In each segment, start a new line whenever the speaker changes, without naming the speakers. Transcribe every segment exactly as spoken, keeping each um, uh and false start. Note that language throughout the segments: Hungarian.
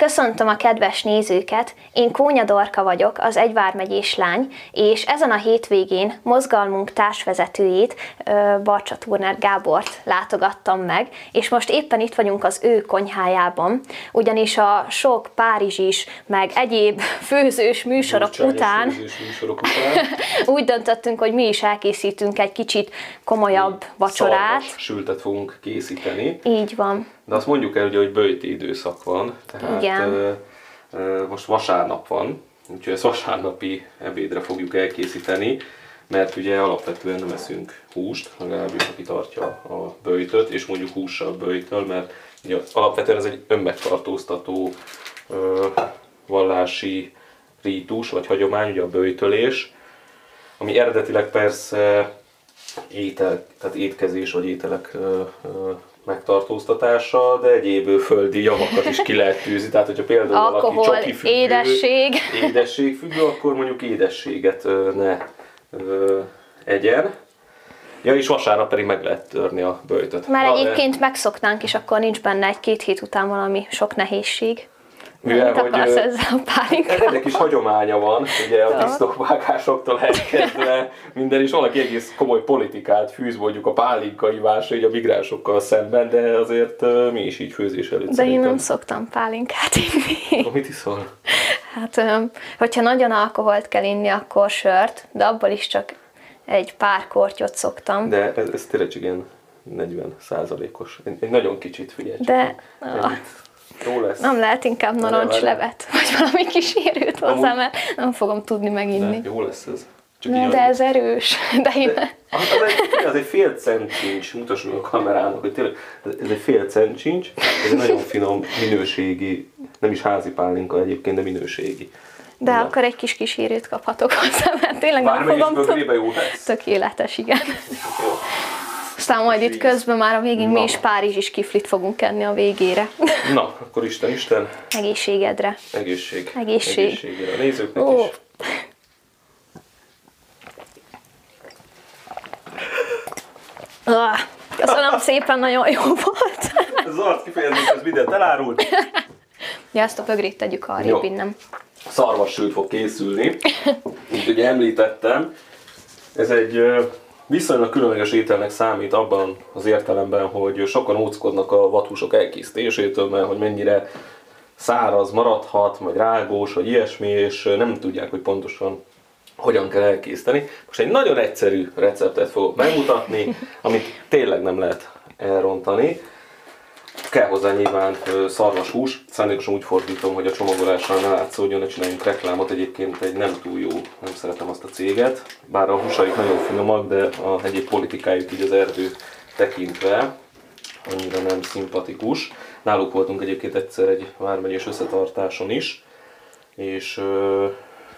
Köszöntöm a kedves nézőket, én Kónya Dorka vagyok, az Egy vármegyés lány, és ezen a hétvégén mozgalmunk társvezetőjét, Barcsa Turner Gábort látogattam meg, és most éppen itt vagyunk az ő konyhájában, ugyanis a sok párizsis, meg egyéb főzős műsorok után,
főzős műsorok után
úgy döntöttünk, hogy mi is elkészítünk egy kicsit komolyabb mi vacsorát.
Szarvas sültet fogunk készíteni.
Így van.
De azt mondjuk el, ugye, hogy böjti időszak van, tehát
Igen.
Ö, ö, most vasárnap van, úgyhogy ezt vasárnapi ebédre fogjuk elkészíteni, mert ugye alapvetően nem eszünk húst, legalábbis aki tartja a böjtöt, és mondjuk hússal böjtöl, mert ugye alapvetően ez egy önmegtartóztató ö, vallási rítus, vagy hagyomány, ugye a böjtölés, ami eredetileg persze étel, tehát étkezés vagy ételek ö, ö, megtartóztatása, de egyéb földi javakat is ki lehet tűzni. Tehát, hogyha például
alkohol,
valaki csoki függő,
édesség.
édesség függő, akkor mondjuk édességet ne ö, egyen. Ja, és vasárnap pedig meg lehet törni a böjtöt.
Már
Na,
egyébként
de...
megszoknánk, és akkor nincs benne egy-két hét után valami sok nehézség.
Mivel,
Mit akarsz
hogy,
ezzel a pálinkával?
ennek is hagyománya van, ugye a tisztokvágásoktól elkezdve minden, és valaki egész komoly politikát fűz mondjuk a pálinkaivásra, így a migránsokkal szemben, de azért uh, mi is így főzés előtt
De
szerintem.
én nem szoktam pálinkát inni.
Mit iszol?
Hát, hogyha nagyon alkoholt kell inni, akkor sört, de abból is csak egy pár kortyot szoktam.
De ez, ez tényleg csak ilyen negyven százalékos. Egy, egy nagyon kicsit, figyelj csak.
De
jó lesz.
nem lehet inkább narancslevet, vagy valami kísérőt hozzá,
Amúgy...
mert nem fogom tudni meginni.
De jó lesz ez. Csak
De, de ez erős. De én...
De, az, az, egy, az egy fél centincs, mutassuk a kamerának, hogy tényleg ez egy fél centincs, ez egy nagyon finom, minőségi, nem is házi pálinka egyébként, de minőségi.
De
Na.
akkor egy kis kísérőt kaphatok hozzá, mert tényleg nem
Bármelyik
fogom tudni.
jó lesz.
Tökéletes, igen.
Jó.
Aztán majd itt közben már a végén
Na.
mi is párizsis kiflit fogunk enni a végére.
Na, akkor Isten, Isten.
Egészségedre.
Egészség.
Egészség.
Egészségére a nézőknek
Ó.
is.
Ah, köszönöm szépen, nagyon jó volt.
Ez az arc kifejezés, ez mindent elárult.
Ja, ezt a bögrét tegyük arrébb
Jó.
innen.
Szarvassült fog készülni, mint ugye említettem. Ez egy ö, viszonylag különleges ételnek számít abban az értelemben, hogy sokan óckodnak a vathúsok elkészítésétől, mert hogy mennyire száraz maradhat, vagy rágós, vagy ilyesmi, és nem tudják, hogy pontosan hogyan kell elkészíteni. Most egy nagyon egyszerű receptet fogok megmutatni, amit tényleg nem lehet elrontani. Kell hozzá nyilván szarvashús, szándékosan úgy fordítom, hogy a csomagolással ne látszódjon, ne csináljunk reklámot, egyébként egy nem túl jó, nem szeretem azt a céget, bár a húsaik nagyon finomak, de a egyéb politikájuk így az erdő tekintve annyira nem szimpatikus. Náluk voltunk egyébként egyszer egy vármegyés összetartáson is, és ö,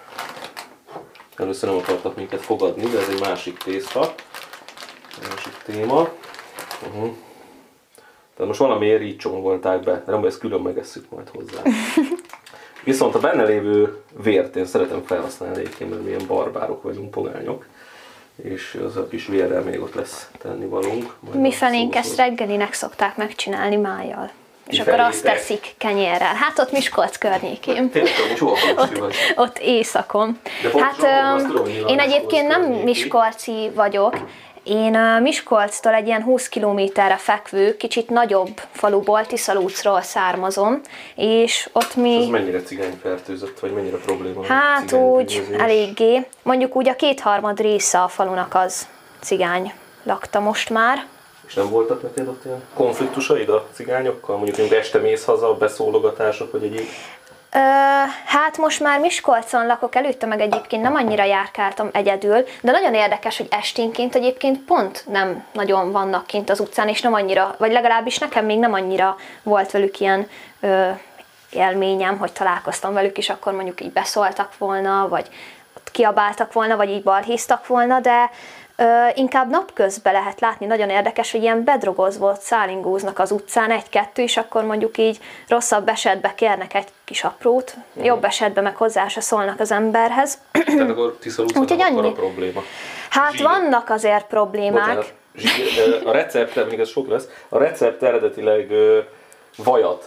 először nem akartak minket fogadni, de ez egy másik tészta, másik téma. Uh-huh. Tehát most valamiért így csomagolták be, de nem, ezt külön megesszük majd hozzá. Viszont a benne lévő vért én szeretem felhasználni egyébként, mert milyen barbárok vagyunk, pogányok. És az a kis vérrel még ott lesz tennivalónk.
Mi felénk ezt reggelinek szokták megcsinálni májjal. És
Mi
akkor azt
felétek?
teszik kenyérrel. Hát ott Miskolc környékén.
Tényleg, hogy hol
ott, ott éjszakon.
De
Hát
pontosan, azt tudom, hogy
én
a
egyébként nem
Miskolc
miskolci vagyok. Én uh, Miskolctól egy ilyen húsz kilométerre fekvő, kicsit nagyobb faluból, Tiszalúcról származom, és ott mi...
Ez mennyire cigányfertőzött, vagy mennyire probléma?
Hát úgy, eléggé. Mondjuk úgy a kétharmad része a falunak az cigány lakta most már.
És nem voltak neked ott ilyen konfliktusaid a cigányokkal? Mondjuk, mondjuk este mész haza, beszólogatások, vagy egyéb?
Ö, hát most már Miskolcon lakok, előtte meg egyébként nem annyira járkáltam egyedül, de nagyon érdekes, hogy esténként egyébként pont nem nagyon vannak kint az utcán, és nem annyira, vagy legalábbis nekem még nem annyira volt velük ilyen ö, élményem, hogy találkoztam velük, és akkor mondjuk így beszóltak volna, vagy kiabáltak volna, vagy így balhéztak volna, de Ö, inkább napközben lehet látni, nagyon érdekes, hogy ilyen bedrogozva szálingóznak az utcán egy-kettő, és akkor mondjuk így rosszabb esetben kérnek egy kis aprót, mm. jobb esetben meg hozzá se szólnak az emberhez.
Tehát akkor Tiszalúcon nem a probléma.
Hát
Zsír.
vannak azért problémák.
Bocsánat, zsír, a recept, még ez sok lesz, a recept eredetileg vajat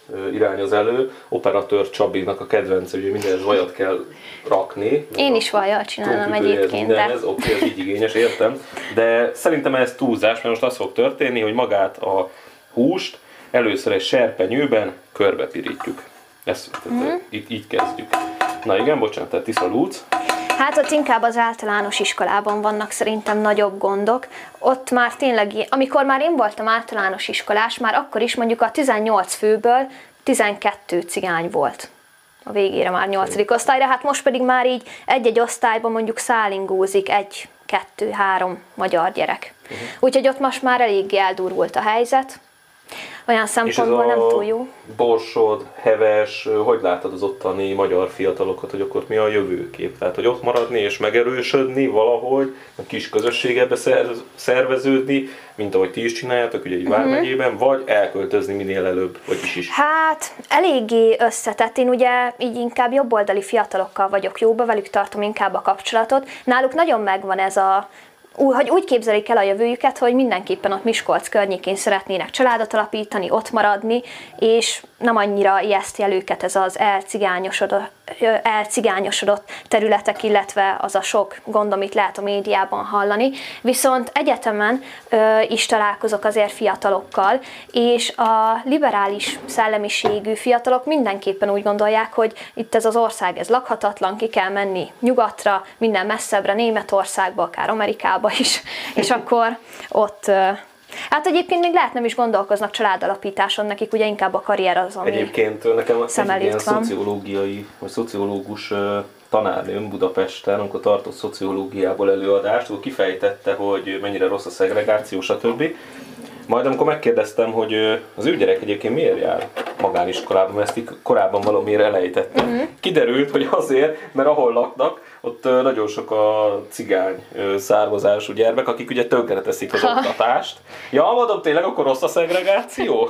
irányoz elő, operatőr Csabinak a kedvence, ugye mindenhez vajat kell rakni.
Én is vajjal csinálom egyébként, de...
Ez oké, ez így igényes, értem. De szerintem ez túlzás, mert most az fog történni, hogy magát a húst először egy serpenyőben körbepirítjuk. Ezt, mm. így, így kezdjük. Na igen, bocsánat, tehát Tisza Lúc.
Hát ott inkább az általános iskolában vannak szerintem nagyobb gondok. Ott már tényleg, amikor már én voltam általános iskolás, már akkor is mondjuk a tizennyolc főből tizenkettő cigány volt. A végére már nyolcadik osztályra, hát most pedig már így egy-egy osztályban mondjuk szálingózik egy, kettő, három magyar gyerek. Uh-huh. Úgyhogy ott most már eléggé eldurvult a helyzet. Olyan szempontból nem túl jó.
Borsod, Heves, hogy látod az ottani magyar fiatalokat, hogy akkor mi a jövőkép? Tehát, hogy ott maradni és megerősödni valahogy, a kis közösségebe szerveződni, mint ahogy ti is csináljátok, ugye egy uh-huh. vármegyében, vagy elköltözni minél előbb, vagy is is?
Hát, eléggé összetett. Én ugye így inkább jobboldali fiatalokkal vagyok jóba, velük tartom inkább a kapcsolatot. Náluk nagyon megvan ez a hogy úgy képzelik el a jövőjüket, hogy mindenképpen ott Miskolc környékén szeretnének családot alapítani, ott maradni, és nem annyira ijeszti el őket ez az elcigányosodott, elcigányosodott területek, illetve az a sok gond, amit lehet a médiában hallani. Viszont egyetemen ö, is találkozok azért fiatalokkal, és a liberális szellemiségű fiatalok mindenképpen úgy gondolják, hogy itt ez az ország, ez lakhatatlan, ki kell menni nyugatra, minden messzebbre, Németországba, akár Amerikába is, és akkor ott... Ö, Hát egyébként még lehet nem is gondolkoznak családalapításon, nekik ugye inkább a karrier az, ami
egyébként nekem egy ilyen
van.
szociológiai, vagy szociológus tanárnőm Budapesten, amikor tartott szociológiából előadást, akkor kifejtette, hogy mennyire rossz a szegregáció, stb. Majd amikor megkérdeztem, hogy az ő gyerek egyébként miért jár magániskolában, mert ezt korábban valamiért elejtettem. Uh-huh. Kiderült, hogy azért, mert ahol laknak, ott nagyon sok a cigány származású gyermek, akik ugye tönkreteszik az oktatást. Ja, mondom, tényleg akkor rossz a szegregáció?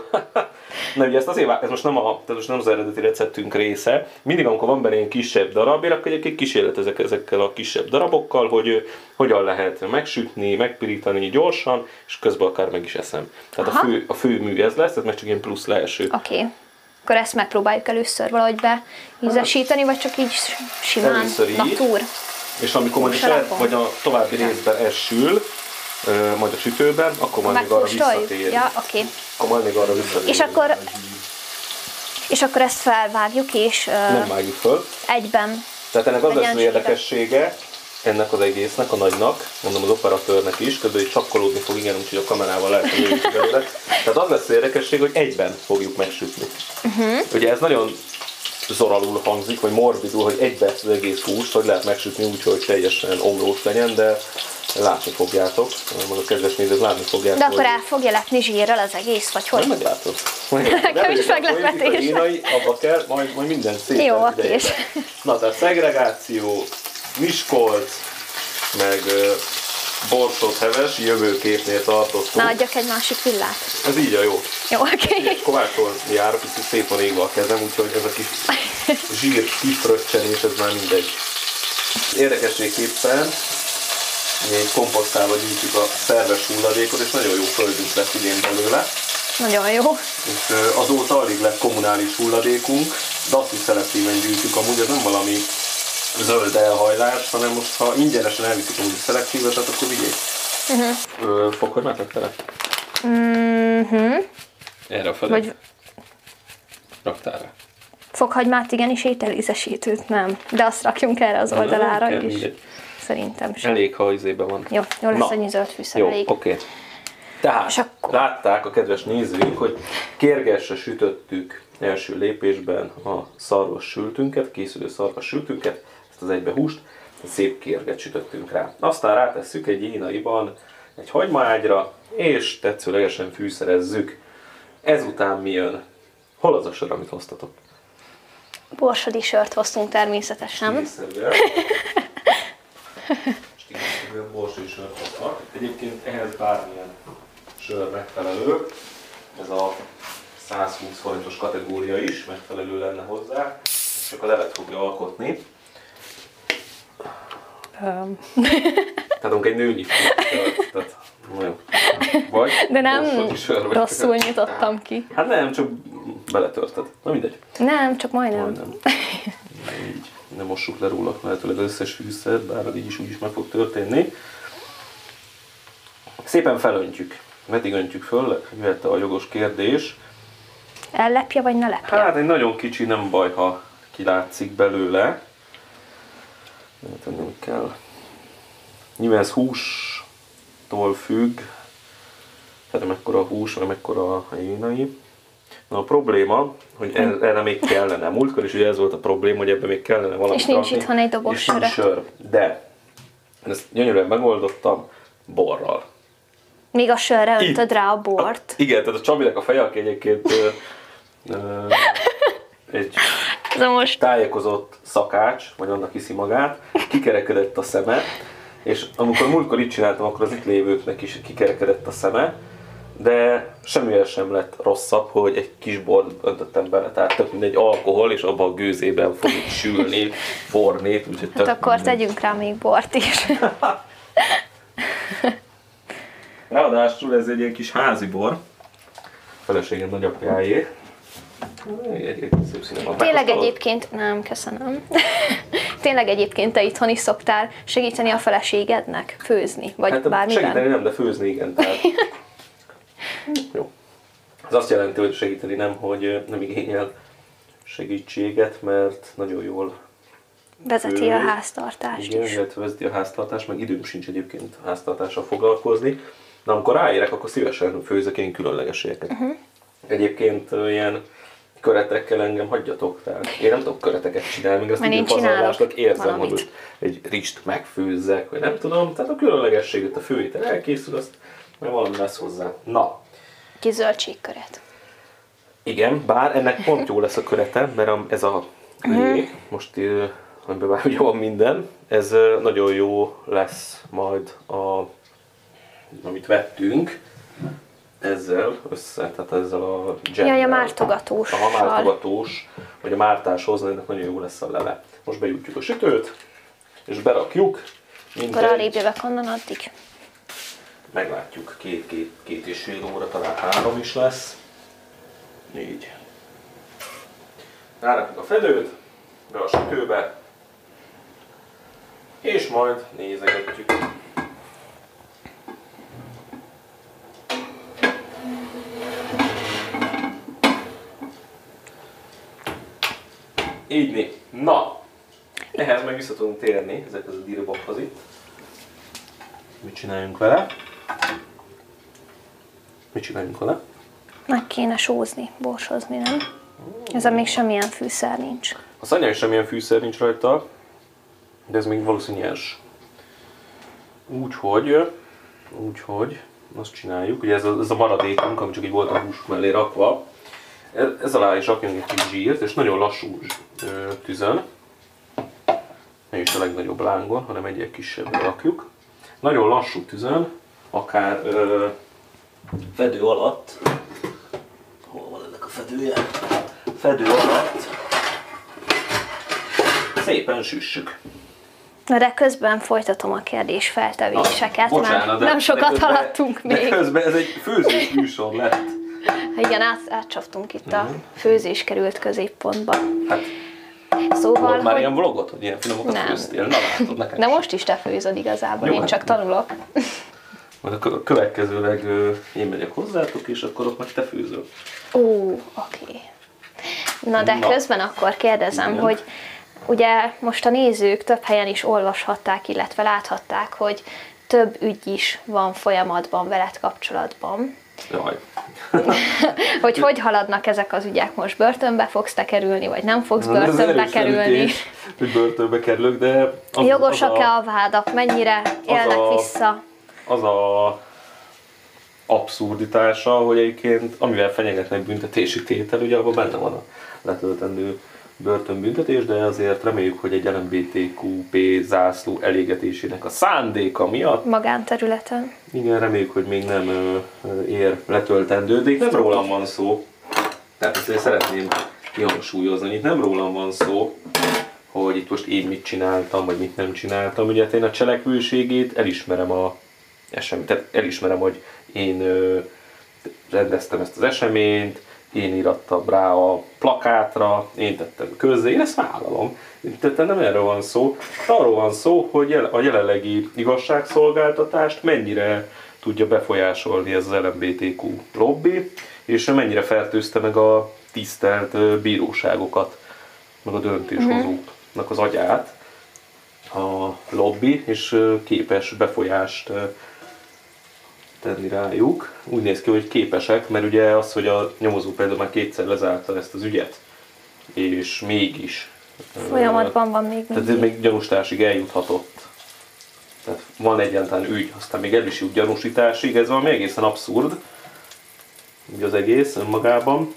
Na ugye ezt azért, ez most nem, a, tehát most nem az eredeti receptünk része. Mindig, amikor van benne ilyen kisebb darab, én akkor egyébként kísérletezek ezekkel a kisebb darabokkal, hogy hogyan lehet megsütni, megpirítani gyorsan, és közben akár meg is eszem. Tehát a fő, a fő mű ez lesz, ez meg csak ilyen plusz leeső.
Oké. Okay. Akkor ezt megpróbáljuk először valahogy beízesíteni, vagy csak így simán, natúr.
És amikor majd is el, vagy a további részben esül, majd a sütőben, akkor majd még arra visszatér.
Ja, oké. Okay.
Akkor majd még arra visszatér.
És akkor, és akkor ezt felvágjuk, és...
Nem vágjuk föl.
Egyben.
Tehát ennek az lesz az érdekessége, ennek az egésznek, a nagynak, mondom az operatőrnek is, közben így csapkolódni fog, igen, úgyhogy a kamerával lehet, hogy jöjjük belőle. Tehát az lesz az érdekesség, hogy egyben fogjuk megsütni. Uh-huh. Ugye ez nagyon zoralul hangzik, vagy morbidul, hogy egyben az egész húst, hogy lehet megsütni úgy, hogy teljesen omlós legyen, de látni fogjátok, majd a kedves nézők látni fogjátok.
De akkor el fogja lepni zsírral az egész, vagy hogy?
Majd meglátod.
Nekem is meglepetés.
Kínai, abba kell, majd, majd minden szépen.
Jó, oké.
Na, tehát szegregáció, Miskolc, meg uh, Borsod, Heves, jövőképnél tartottunk.
Na, adjak egy másik villát.
Ez így a jó.
Jó, oké. Okay.
Kovácstól járok, itt szép van égve a kezem, úgyhogy ez a kis zsír kifröccsenés, ez már mindegy. Érdekességképpen még komposztálva gyűjtjük a szerves hulladékot, és nagyon jó földünk lett idén belőle.
Nagyon jó.
És azóta alig lett kommunális hulladékunk, de azt is szelektíven gyűjtjük, amúgy ez nem valami zöld elhajlás, hanem most ha ingyenesen elviszik amúgy szelektívet, tehát akkor vigyék. Uh-huh. Fokhagymát vettelek?
Uh-huh.
Erre a felé. Vagy... Raktál rá?
Fokhagymát igen, és ételízesítőt nem. De azt rakjunk erre az oldalára is. Mindegy. Szerintem sem.
Elég, ha izében van.
Jó, jó lesz annyi zöld fűszer,
jó,
elég.
Oké. Okay. Tehát akkor... látták a kedves nézőink, hogy kérgesre sütöttük első lépésben a szarvas sültünket, készülő szarvas sültünket, ezt az egybe húst, szép kérget sütöttünk rá. Aztán rátesszük egy énaiban egy hagymaágyra, és tetszőlegesen fűszerezzük. Ezután mi jön? Hol az a sör, amit hoztatok?
Borsodi sört hoztunk természetesen.
Stílszerűen. Stílszerűen borsodi sört hoztak. Egyébként ehhez bármilyen sör megfelelő. Ez a százhúsz forintos kategória is megfelelő lenne hozzá. Csak a levet fogja alkotni. Um. Tehát egy nőnyi sört. Tehát, nagyon. Vagy
de nem rosszul nyitottam ki.
Hát nem, csak beletörted. Na mindegy.
Nem, csak majdnem.
Majdnem. Így nem mossuk le róla lehetőleg az összes fűszert, bár az így is úgy is meg fog történni. Szépen felöntjük. Meddig öntjük föl? Jöhet a jogos kérdés.
Ellepje vagy ne lepje?
Hát egy nagyon kicsi, nem baj, ha kilátszik belőle. Hát nem kell. Nyilván ez hústól függ. Tehát mekkora a hús, vagy mekkora a énai. Na a probléma, hogy erre még kellene. Múltkor is ugye ez volt a probléma, hogy ebben még kellene valami.
És nincs itthon egy doboz
sör.
sör.
De ezt gyönyörűen megoldottam borral.
Még a sörre öntöd rá a bort.
A, igen, tehát a Csabinek a feje, aki egyébként ö, ö, egy
most...
tájékozott szakács, vagy annak hiszi magát, kikerekedett a szeme, és amikor múltkor itt csináltam, akkor az itt lévőknek is kikerekedett a szeme, de semmivel sem lett rosszabb, hogy egy kis bort öntöttem bele, tehát tök mindegy alkohol, és abban a gőzében fog itt sülni, forni. Úgyhogy
hát akkor mindegy. Tegyünk rá még bort is.
Ráadásul ez egy ilyen kis házi bor, feleségem nagyapjáé. Egy, egy szép színe van.
Tényleg egyébként, nem, köszönöm. Tényleg egyébként te itthon is szoktál segíteni a feleségednek főzni, vagy
hát,
bármiben?
Segíteni nem, de főzni igen. Tehát... Jó. Ez azt jelenti, hogy segíteni nem, hogy nem igényel segítséget, mert nagyon jól
vezeti
főz.
a háztartást
igen,
is.
Igen, vezeti a háztartást, meg időm sincs egyébként a háztartással foglalkozni. Na, amikor ráérek, akkor szívesen főzök én különlegességeket. Uh-huh. Egyébként ilyen köretekkel engem hagyjatok, tehát én nem tudok köreteket csinálni, még azt időpazarlásnak érzem, valamit. Hogy egy rist megfőzzek, vagy nem tudom, tehát a különlegességet, a főétel elkészül, azt meg valami lesz hozzá. Na.
Kis zöldségköret.
Igen, bár ennek pont jó lesz a körete, mert ez a uh-huh. most amiben már ugye van minden, ez nagyon jó lesz majd a, amit vettünk, ezzel össze, tehát ezzel a dzsemmel.
Jaj, a mártogatós.
A mártogatós, vagy a mártáshoz, ennek nagyon jó lesz a lele. Most bejutjuk a sütőt, és berakjuk.
Akkor arrébb jövök onnan addig.
Meglátjuk, két, két, két és fél óra, talán három is lesz. Így. Rárakjuk a fedőt, be a sütőbe, és majd nézegetjük. Így né. Na, ehhez meg vissza tudunk térni, ezekhez a dirbokhoz itt. Mit csináljunk vele? Mit csináljunk vele?
Meg kéne sózni, borsozni, nem? Ezen még semmilyen fűszer nincs.
A szanyán is semmilyen fűszer nincs rajta, de ez még valószínűleg nyers. Úgyhogy, úgyhogy azt csináljuk, ugye ez a, ez a maradékunk, ami csak így volt a hús mellé rakva, ez alá is rakjunk egy kis zsírt, és nagyon lassú tüzön, nem is a legnagyobb lángon, hanem egy, egy kisebbre rakjuk. Nagyon lassú tüzön, akár ö, fedő alatt, hol van ennek a fedője? Fedő alatt szépen süssük.
Na de közben folytatom a kérdés feltevéseket,
Na, bocsánat,
mert
de,
nem sokat
de közben,
haladtunk
de
még.
közben ez egy főzés műsor lett.
Igen, át, átcsaptunk itt
uh-huh.
a főzés került középpontba.
Hát,
szóval,
volt már
hogy...
ilyen vlogot, hogy ilyen finomokat
nem.
főztél? Na látod, nekem
de
is.
most is te főzöd igazából,
Jó,
én
hát
csak tanulok.
Majd a következőleg én megyek hozzátok, és akkor ott meg te főzöl.
Ó, oké. Okay. Na de Na. közben akkor kérdezem, igen. hogy ugye most a nézők több helyen is olvashatták, illetve láthatták, hogy több ügy is van folyamatban veled kapcsolatban.
Jaj.
hogy hogy haladnak ezek az ügyek most? Börtönbe fogsz te kerülni, vagy nem fogsz börtönbe kerülni?
Hogy börtönbe kerülök, de... Az,
jogosak-e a, a vádak? Mennyire élnek
a,
vissza?
Az a abszurditása, hogy egyébként amivel fenyegetnek büntetési tétel, ugye abban benne van a letöltendő börtönbüntetés, de azért reméljük, hogy egy el em bé té kú pé zászló elégetésének a szándéka miatt.
Magánterületen.
Igen, reméljük, hogy még nem ö, ér letöltendő, de itt nem rólam van szó. Tehát ezt szeretném kihangsúlyozni, itt nem rólam van szó, hogy itt most én mit csináltam, vagy mit nem csináltam. Ugye én a cselekvőségét elismerem a eseményt, tehát elismerem, hogy én ö, rendeztem ezt az eseményt, én írattam rá a plakátra, én tettem közzé, én ezt vállalom. Tehát nem erről van szó. Arról van szó, hogy a jelenlegi igazságszolgáltatást mennyire tudja befolyásolni ez az el em bé té kú lobby, és mennyire fertőzte meg a tisztelt bíróságokat, meg a döntéshozóknak az agyát a lobby, és képes befolyást tenni rájuk. Úgy néz ki, hogy képesek, mert ugye az, hogy a nyomozó például már kétszer lezárta ezt az ügyet, és mégis
folyamatban van még
tehát
mindig.
még gyanúsításig eljuthatott. Tehát van egyáltalán ügy, aztán még el is jut gyanúsításig, ez valami egészen abszurd, ugye az egész önmagában.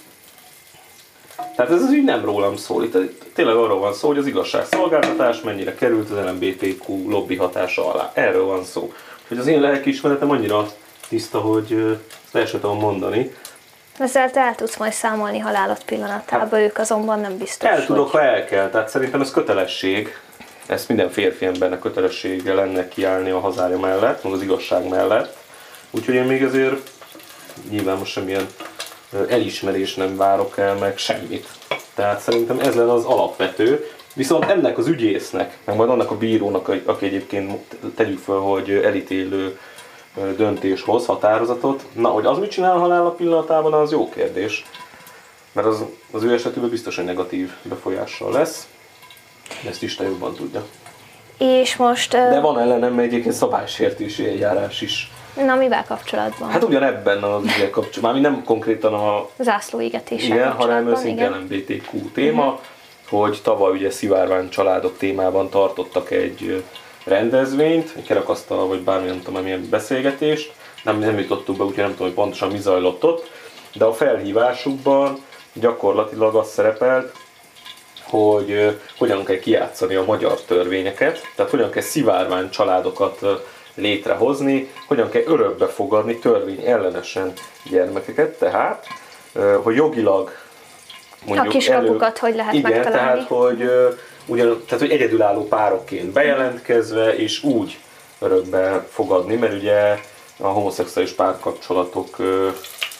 Tehát ez az ügy nem rólam szól, itt tényleg arról van szó, hogy az igazságszolgáltatás mennyire került az el em bé té kú lobby hatása alá. Erről van szó. Hogy az én lelkiismeretem annyira tiszta, hogy ezt el sem tudom mondani.
Ezzel te el tudsz majd számolni halálod pillanatában, hát, ők azonban nem biztos,
El
hogy...
tudok, ha el kell. Tehát szerintem ez kötelesség. Ezt minden férfi embernek kötelessége lenne kiállni a hazája mellett, meg az igazság mellett. Úgyhogy én még azért nyilván most semmilyen elismerés nem várok el, meg semmit. Tehát szerintem ez lenne az alapvető. Viszont ennek az ügyésznek, meg majd annak a bírónak, aki egyébként tegyük fel, hogy elítélő döntés hoz, határozatot, na, hogy az mit csinál a halála pillanatában, az jó kérdés. Mert az, az ő esetében biztos, hogy negatív befolyással lesz. Ezt Isten jobban tudja.
És most...
De van ellenem egyébként szabálysértési eljárás is.
Na, mivel kapcsolatban?
Hát ugyanebben az ügyel kapcsolatban, mármint nem konkrétan a
zászlóégetéssel
igen, hanem
kapcsolatban,
szintén
igen.
el em bé té kú téma, uh-huh. hogy tavaly ugye szivárvány családok témában tartottak egy rendezvényt, egy kerekasztal vagy bármilyen, nem tudom, milyen beszélgetést, nem, nem jutottuk be, úgyhogy nem tudom, hogy pontosan mi zajlott ott, de a felhívásukban gyakorlatilag az szerepelt, hogy uh, hogyan kell kijátszani a magyar törvényeket, tehát hogyan kell szivárvány családokat uh, létrehozni, hogyan kell örökbe fogadni törvény ellenesen gyermekeket, tehát, uh, hogy jogilag mondjuk
a kiskapukat hogy lehet
igen,
megtalálni.
tehát hogy, uh, ugyan, tehát, hogy egyedülálló párokként bejelentkezve, és úgy örökbe fogadni, mert ugye a homoszexuális párkapcsolatok uh,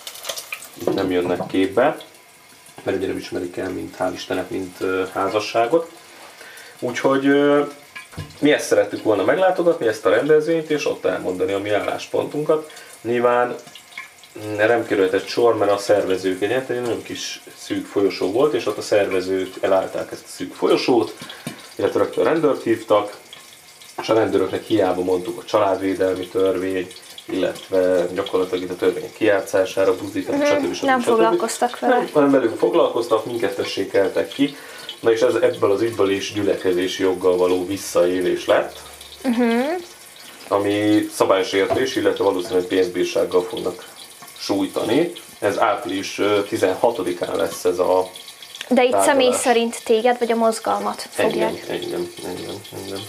nem jönnek képbe, mert ugye nem ismerik el, mint hál' Istennek, mint házasságot. Úgyhogy mi ezt szerettük volna meglátogatni, ezt a rendezvényt, és ott elmondani a mi álláspontunkat. Nyilván nem kerülhetett sor, mert a szervezők egy nagyon kis szűk folyosó volt, és ott a szervezők elállták ezt a szűk folyosót, illetve rögtön rendőrt hívtak, és a rendőröknek hiába mondtuk a családvédelmi törvény, illetve gyakorlatilag itt a törvények kijátszására, buzdítanak,
uh-huh.
stb. stb.
Nem
stb.
foglalkoztak vele.
Nem, hanem velük foglalkoztak, minket tessékeltek ki, na és ez ebből az ügyből is gyülekezési joggal való visszaélés lett, uh-huh. ami szabálysértés, illetve valószínűleg pénzbírsággal fognak sújtani. Ez április tizenhatodikán lesz ez a
De itt
tárgyalás.
Személy szerint téged, vagy a mozgalmat fogják?
Engem, engem, engem, engem.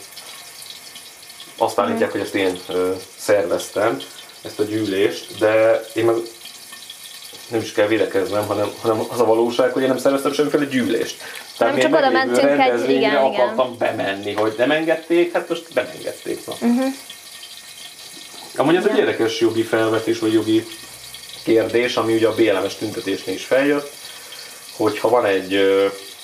Azt állítják, hogy ezt én ö, szerveztem, ezt a gyűlést, de én meg nem is kell védekeznem, hanem, hanem az a valóság, hogy én nem szerveztem semmiféle gyűlést. Tehát
nem csak oda mentünk egy, igen,
akartam
igen.
bemenni, hogy nem engedték, hát most bemengedték. Na.
Uh-huh.
Amúgy ez egy érdekes jogi felvetés, vagy jogi kérdés, ami ugye a bé el em es tüntetésnél is feljött, hogyha van egy ö,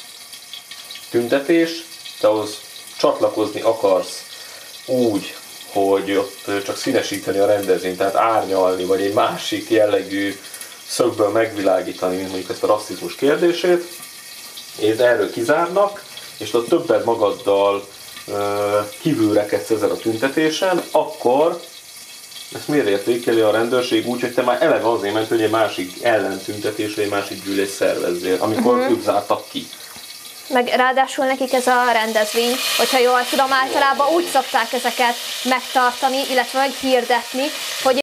tüntetés, te ahhoz csatlakozni akarsz úgy, hogy ott csak színesíteni a rendezvényt, tehát árnyalni, vagy egy másik jellegű szögből megvilágítani, mint mondjuk ezt a rasszizmus kérdését, és erről kizárnak, és ott többet magaddal ö, kívülrekedsz ezen a tüntetésen, akkor ezt miért értékeli a rendőrség úgy, hogy te már eleve azért ment, hogy egy másik ellentüntetésre, egy másik gyűlés szervezzél, amikor uh-huh. ők zártak ki.
Meg ráadásul nekik ez a rendezvény, hogyha jól tudom, általában úgy szokták ezeket megtartani, illetve meghirdetni, hogy